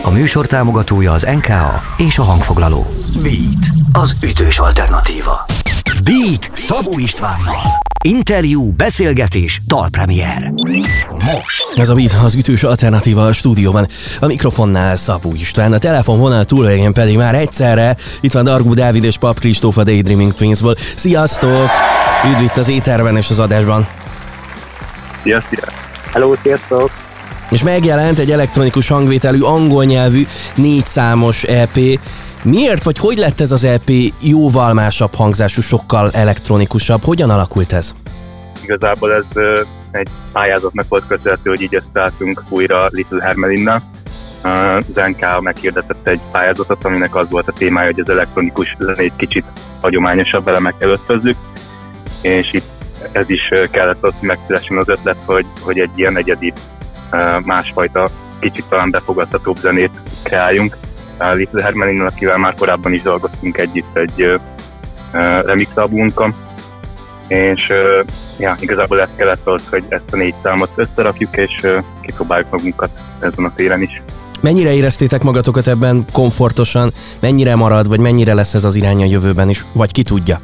A műsor támogatója az NKA és a hangfoglaló. Beat, az ütős alternatíva. Beat Szabó Istvánnal. Interjú, beszélgetés, dalpremier. Most. Ez a Beat, az ütős alternatíva a stúdióban. A mikrofonnál Szabó István, a telefonvonal túlvégén pedig már egyszerre itt van Dargó Dávid és Pap Kristóf a Daydreaming Twinsból. Sziasztok! Üdv itt az éterben és az adásban. Sziasztok! Hello, sziasztok! És megjelent egy elektronikus hangvételű, angol nyelvű 4 számos EP. Miért vagy hogy lett ez az EP jóval másabb hangzású, sokkal elektronikusabb? Hogyan alakult ez? Igazából ez egy pályázatnak volt köszönhető, hogy így összeálltunk újra Little Hermelinnel. Az NK meghirdetett egy pályázatot, aminek az volt a témája, hogy az elektronikus zenét kicsit hagyományosabb elemekkel ötvözzük, és itt ez is kellett, hogy megszülessen az ötlet, hogy egy ilyen egyedi, másfajta, kicsit talán befogadhatóbb zenét kreáljunk. Little Hermelinnel, akivel már korábban is dolgoztunk együtt egy remix albumunkon, és igazából ez kellett az, hogy ezt a 4 számot összerakjuk, és kipróbáljuk magunkat ezen a téren is. Mennyire éreztétek magatokat ebben komfortosan? Mennyire marad, vagy mennyire lesz ez az irány a jövőben is? Vagy ki tudja?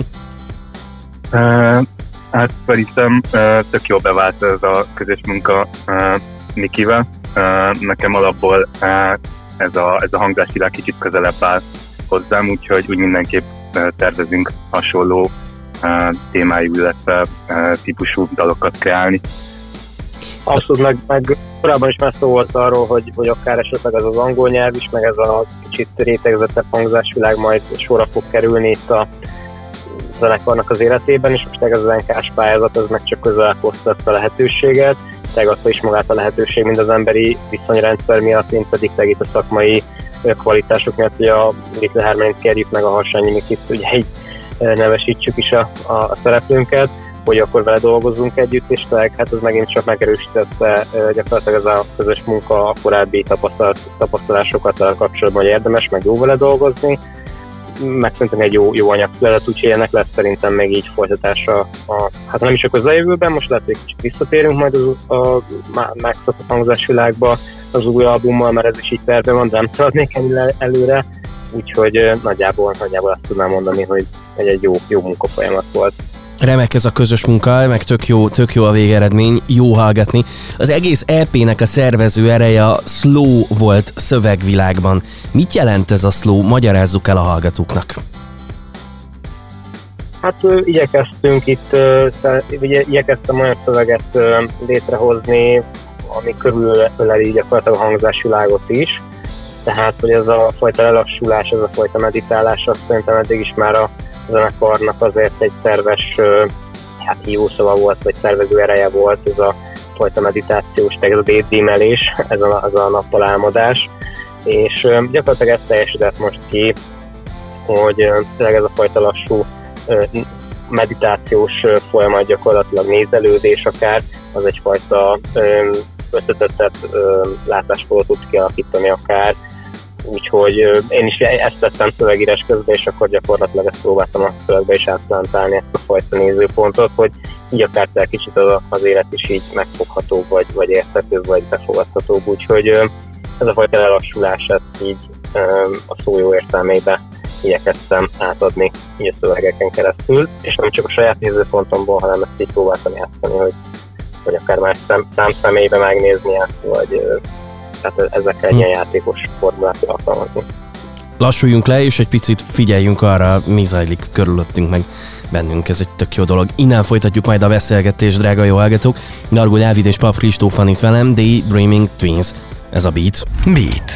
Hát szerintem tök jól bevált ez a közös munka Nikivel. Nekem alapból ez a hangzásvilág kicsit közelebb áll hozzám, úgyhogy úgy mindenképp tervezünk hasonló témájú, illetve típusú dalokat kreálni. Abszolút, meg korábban is már szó volt arról, hogy akár esetleg az angol nyelv is, meg ez a kicsit rétegzettebb hangzásvilág majd sorra fog kerülni itt a zenekarnak az életében, és most ez az NK-s pályázat, ez meg csak közel hozta ezt a lehetőséget, megadta is magát a lehetőség, mind az emberi viszonyrendszer miatt, mint pedig itt a szakmai kvalitások miatt, hogy a Little Hermelint kérjük meg a Harsányi Mikit, ugye így nevesítsük is a szereplőnket, hogy akkor vele dolgozzunk együtt, és hát ez megint csak megerősítette gyakorlatilag ez a közös munka a korábbi tapasztalásokat kapcsolatban, hogy érdemes, meg jó vele dolgozni, meg szerintem egy jó anyag született, úgyhogy ennek lesz szerintem még így folytatása, hát nem is a közeljövőben, most lehet, hogy kicsit visszatérünk majd a megszokott hangzásvilágba az új albummal, mert ez is így terve van, de nem szaladnék előre, úgyhogy nagyjából azt tudnám mondani, hogy egy jó munkafolyamat volt. Remek ez a közös munka, meg tök jó a végeredmény, jó hallgatni. Az egész EP-nek a szervező ereje a slow volt szövegvilágban. Mit jelent ez a slow? Magyarázzuk el a hallgatóknak. Hát igyekeztünk itt, igyekeztem olyan szöveget létrehozni, ami körülöleli gyakorlatilag a hangzásvilágot is. Tehát, hogy ez a fajta lelassulás, ez a fajta meditálás, azt szerintem eddig is már a zenekarnak azért egy szerves hívószava volt, vagy szervező ereje volt, ez a fajta meditációs, ez a daydreamelés, ez a nappal álmodás, és gyakorlatilag ez teljesített most ki, hogy tényleg ez a fajta lassú meditációs folyamat, gyakorlatilag nézelődés akár, az egyfajta összetettebb látásmódot tud kialakítani akár, úgyhogy én is ezt tettem szövegírás közben, és akkor gyakorlatilag ezt próbáltam a szövegbe is átlántálni, ezt a fajta nézőpontot, hogy így akár kicsit az élet is így megfoghatóbb, vagy érthetőbb, vagy befogadhatóbb, úgyhogy ez a fajta lelassulás, ezt így a szó jó értelmében igyekeztem átadni így a szövegeken keresztül, és nem csak a saját nézőpontomból, hanem ezt így próbáltam játszani, hogy akár más számszemélybe megnézni ezt, vagy tehát ezekkel egy ilyen játékos formulát alkalmazni. Lassuljunk le, és egy picit figyeljünk arra, mi zajlik körülöttünk meg bennünk, ez egy tök jó dolog. Innen folytatjuk majd a beszélgetést, drága jó hallgatók. Dargó Dávid és Pap Kristóf van itt velem, Daydreaming Twins. Ez a Beat. Beat.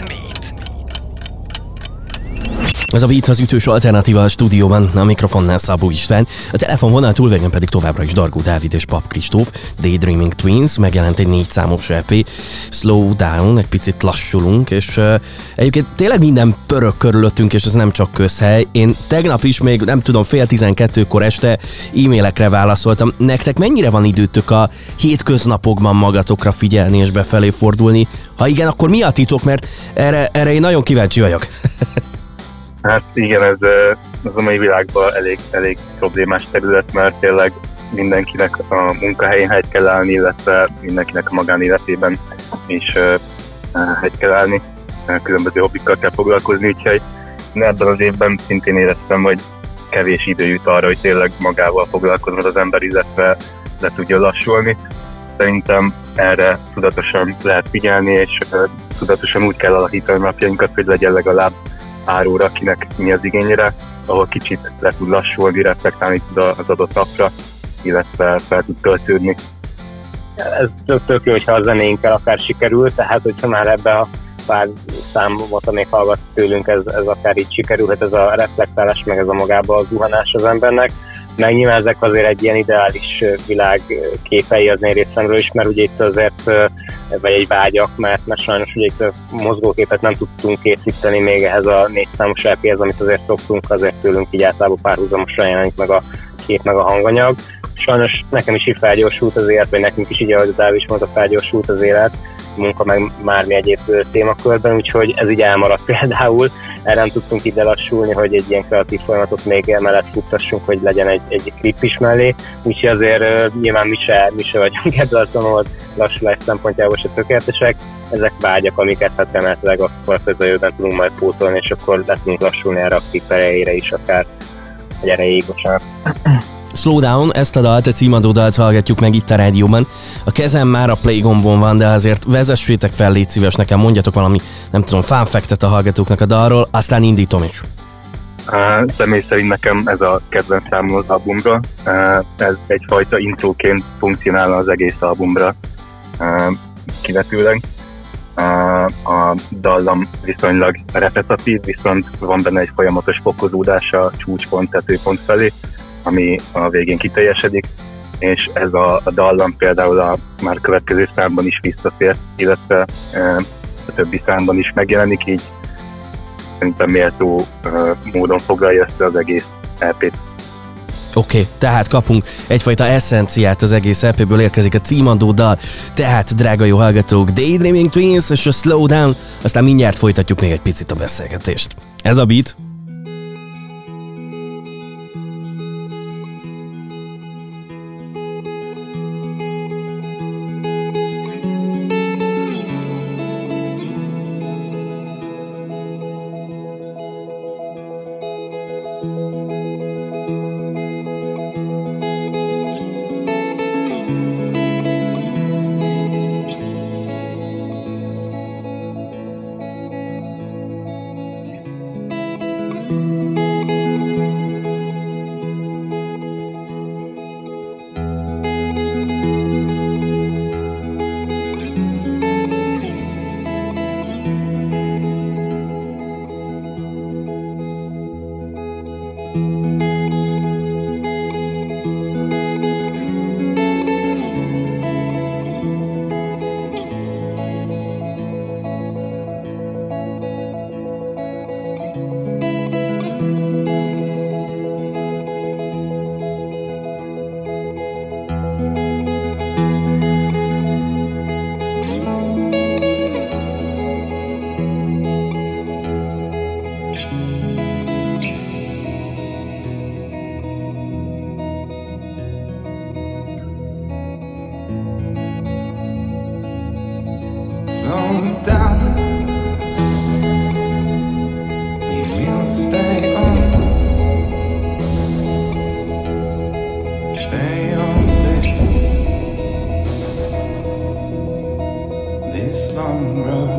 Ez a Beat, az ütős alternatíva a stúdióban, a mikrofonnál Szabó István, a telefonvonal túlvégén pedig továbbra is Dargó Dávid és Pap Kristóf, Daydreaming Twins, megjelent egy 4 számos EP, Slow Down, egy picit lassulunk, és egyébként tényleg minden pörög körülöttünk, és ez nem csak közhely. Én tegnap is még, nem tudom, 11:30 este e-mailekre válaszoltam. Nektek mennyire van időtök a hétköznapokban magatokra figyelni és befelé fordulni? Ha igen, akkor mi a titok, mert erre én nagyon kíváncsi vagyok. Hát igen, ez a mai világban elég problémás terület, mert tényleg mindenkinek a munkahelyén helyt kell állni, illetve mindenkinek a magánéletében is helyt kell állni. különböző hobbikkal kell foglalkozni, úgyhogy ebben az évben szintén éreztem, hogy kevés idő jut arra, hogy tényleg magával foglalkozni az ember, illetve le tudja lassulni. Szerintem erre tudatosan lehet figyelni, és tudatosan úgy kell alakítani napjainkat, hogy legyen legalább pár óra, akinek mi az igényére, ahol kicsit le tud lassulni, reflektálni tud az adott napra, illetve fel tud töltődni. Ez tök jó, hogyha a zenéinkkel akár sikerül, tehát hogyha már ebbe a pár számot, amíg hallgat tőlünk, ez akár így sikerülhet, ez a reflektálás, meg ez a magába a zuhanás az embernek. Meg nyilván ezek azért egy ilyen ideális világ képei az én részemről is, mert ugye itt azért, vagy egy vágyak, mert sajnos ugye itt mozgóképet nem tudtunk készíteni még ehhez a 4 számos EP-hez, amit azért szoktunk, azért tőlünk így általában párhuzamosan jelenik meg a kép, meg a hanganyag. Sajnos nekem is így felgyorsult az élet, vagy nekünk is így, ahogy a Dávid is mondta, felgyorsult az élet, munka, meg bármi egyéb témakörben, úgyhogy ez így elmaradt például. Erre nem tudtunk ide lassulni, hogy egy ilyen kreatív folyamatot még emellett futtassunk, hogy legyen egy klip is mellé. Úgyhogy azért nyilván mi se vagyunk ebből a tanult lassulás szempontjából se tökéletesek. Ezek vágyak, amiket hát remélhetőleg akkor a közeljövőben tudunk majd pótolni, és akkor le tudunk lassulni erre a klip erejére is akár, vagy erejéig, bocsánat. Slow Down, ezt a dalt, a címadó dalt hallgatjuk meg itt a rádióban. A kezem már a play gombon van, de azért vezessétek fel, légy szíves nekem, mondjatok valami, nem tudom, fun fact-et a hallgatóknak a dalról, aztán indítom is. Személy szerint nekem ez a kedvenc számom az albumra. Ez egyfajta intróként funkcionál az egész albumra, kivetőleg. A dallam viszonylag repetitív, viszont van benne egy folyamatos fokozódás a csúcspont, tetőpont felé, ami a végén kiteljesedik, és ez a dallam például a már következő számban is visszatért, illetve a többi számban is megjelenik, így szerintem méltó módon foglalja össze az egész EP-t. Oké, tehát kapunk egyfajta eszenciát az egész EP-ből, érkezik a címadó dal, tehát drága jó hallgatók, Daydreaming Twins és a Slow Down, aztán mindjárt folytatjuk még egy picit a beszélgetést. Ez a beat. Slow down, we will stay on this long road.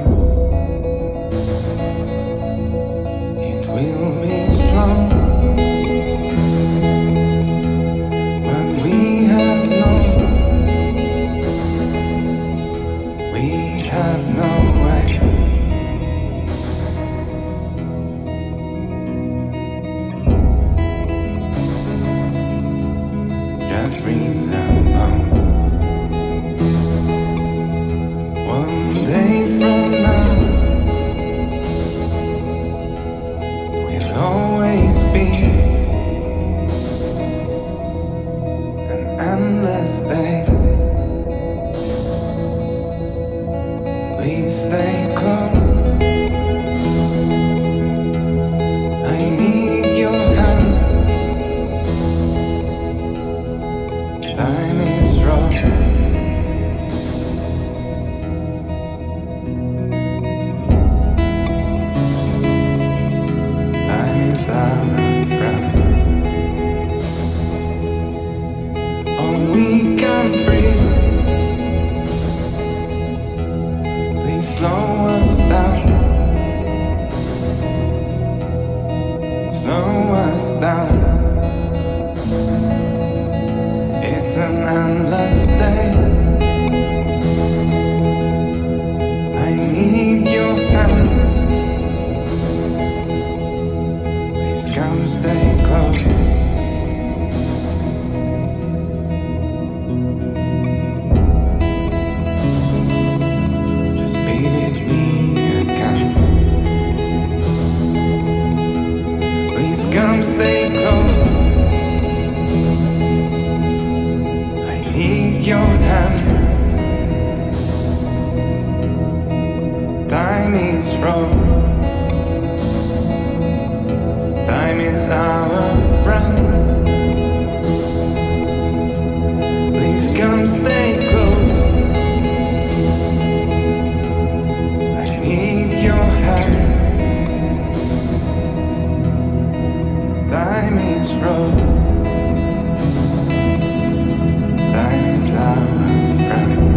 It will be slow, but we have no way. Just dreams and bones. One day from now, we'll always be an endless day. Please stay close. I need your hand. Time is wrong. slow us down. Slow us down. It's an endless day. I need your hand. Please come stay close. Just be with me again. Please come stay close. I need your hand. Time is wrong. Time is our friend. Please come stay close. I need your hand. Time is wrong. Time is our friend.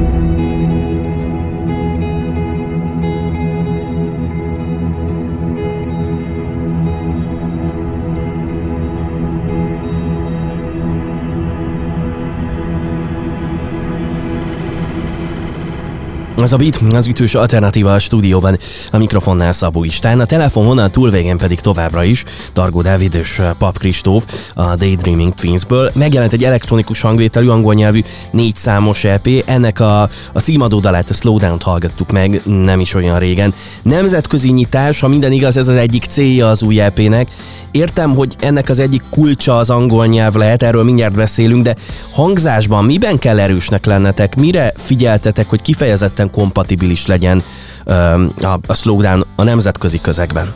Az a Beat, az ütős alternatíva a stúdióban, a mikrofonnál Szabó István, a telefonvonal túlvégén pedig továbbra is Dargó Dávid és Pap Kristóf a Daydreaming Twinsből. Megjelent egy elektronikus hangvételű, angol nyelvű 4 számos EP, ennek a címadó dalát, a Slow Down-t hallgattuk meg nem is olyan régen. Nemzetközi nyitás, ha minden igaz, ez az egyik célja az új EP-nek. Értem, hogy ennek az egyik kulcsa az angol nyelv lehet, erről mindjárt beszélünk, de hangzásban miben kell erősnek lennetek? Mire figyeltetek, hogy kifejezetten kompatibilis legyen a Slowdown a nemzetközi közegben?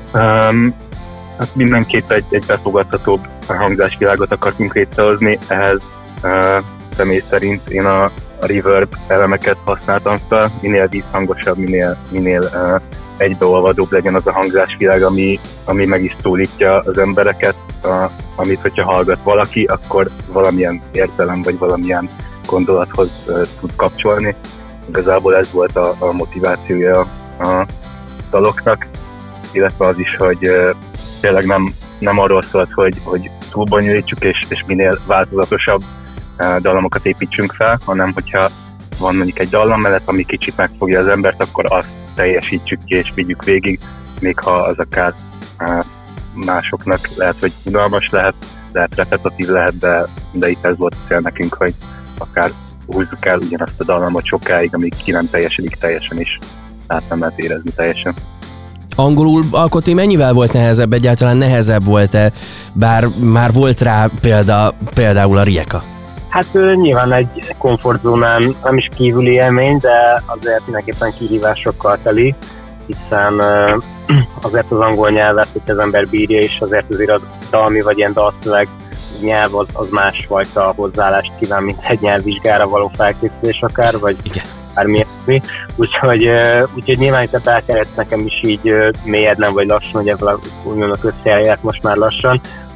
Hát mindenképp egy befogadhatóbb hangzásvilágot akartunk létrehozni, ehhez személy szerint én a reverb elemeket használtam fel, minél vízhangosabb, minél egybeolvadóbb legyen az a hangzásvilág, ami meg is szólítja az embereket, amit hogyha hallgat valaki, akkor valamilyen érzelem vagy valamilyen gondolathoz tud kapcsolni. Igazából ez volt a motivációja a daloknak, illetve az is, hogy tényleg nem arról szólt, hogy túlbonyolítsuk és minél változatosabb dallamokat építsünk fel, hanem hogyha van mondjuk egy dallam mellett, ami kicsit megfogja az embert, akkor azt teljesítsük ki és vigyük végig, még ha az akár másoknak lehet, hogy unalmas lehet repetitív lehet, de itt ez volt a cél nekünk, hogy akár húzzuk el ugyanazt a dallamot sokáig, amíg ki nem teljesedik teljesen, és át nem lehet érezni teljesen. Angolul alkotni mennyivel volt nehezebb? Egyáltalán nehezebb volt-e, bár már volt rá például a Rijeka? Hát nyilván egy komfortzónán nem is kívüli élmény, de azért mindenképpen kihívásokkal teli, hiszen azért az angol nyelvet, hogy az ember bírja, és azért az irodalmi vagy ilyen dalszöveg nyelv az másfajta hozzáállást kíván, mint egy nyelvvizsgára való felkészülés akár, vagy bármi. Úgyhogy nyilván itt el kellett nekem is így mélyednem, vagy lassan, hogy ebből úgymond összejelják most már lassan,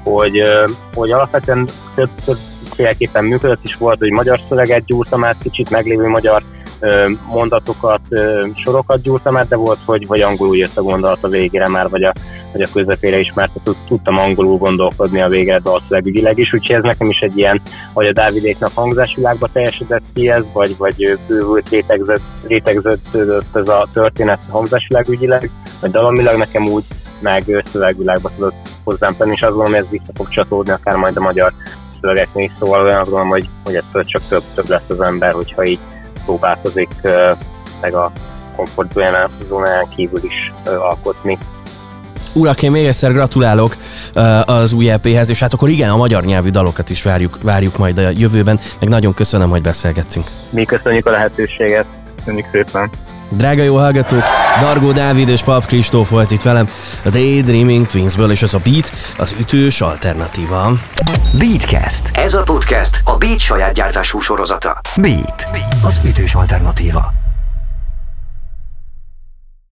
hogy alapvetően többféleképpen működött is volt, hogy magyar szöveget gyúrtam át, kicsit meglévő magyar mondatokat, sorokat gyúrtam át, de volt, hogy angolul jött a gondolat a végére már, vagy a közepére is, mert tudtam angolul gondolkodni a végére dalszövegügyileg is, úgyhogy ez nekem is egy ilyen, hogy a Dávidéknak hangzásvilágba teljesedett ki ez, vagy bővült rétegződött ez a történet hangzásvilágügyileg, vagy dalamilag nekem úgy, meg szövegvilágba tudott hozzám tenni, és azt gondolom, hogy ez vissza fog csatódni akár majd a magyar szövegeknél is, szóval olyan azt gondolom, hogy ettől csak több lesz az ember, hogyha így próbálkozik meg a komfortzónáján kívül is alkotni. Urak, én még egyszer gratulálok az új EP-hez, és hát akkor igen, a magyar nyelvű dalokat is várjuk majd a jövőben, meg nagyon köszönöm, hogy beszélgettünk. Mi köszönjük a lehetőséget. Köszönjük szépen! Drága jó hallgatók, Dargó Dávid és Pap Kristóf volt itt velem a Daydreaming Twinsből, és ez a Beat, az ütős alternatíva. Beatcast. Ez a podcast a Beat saját gyártású sorozata. Beat, az ütős alternatíva.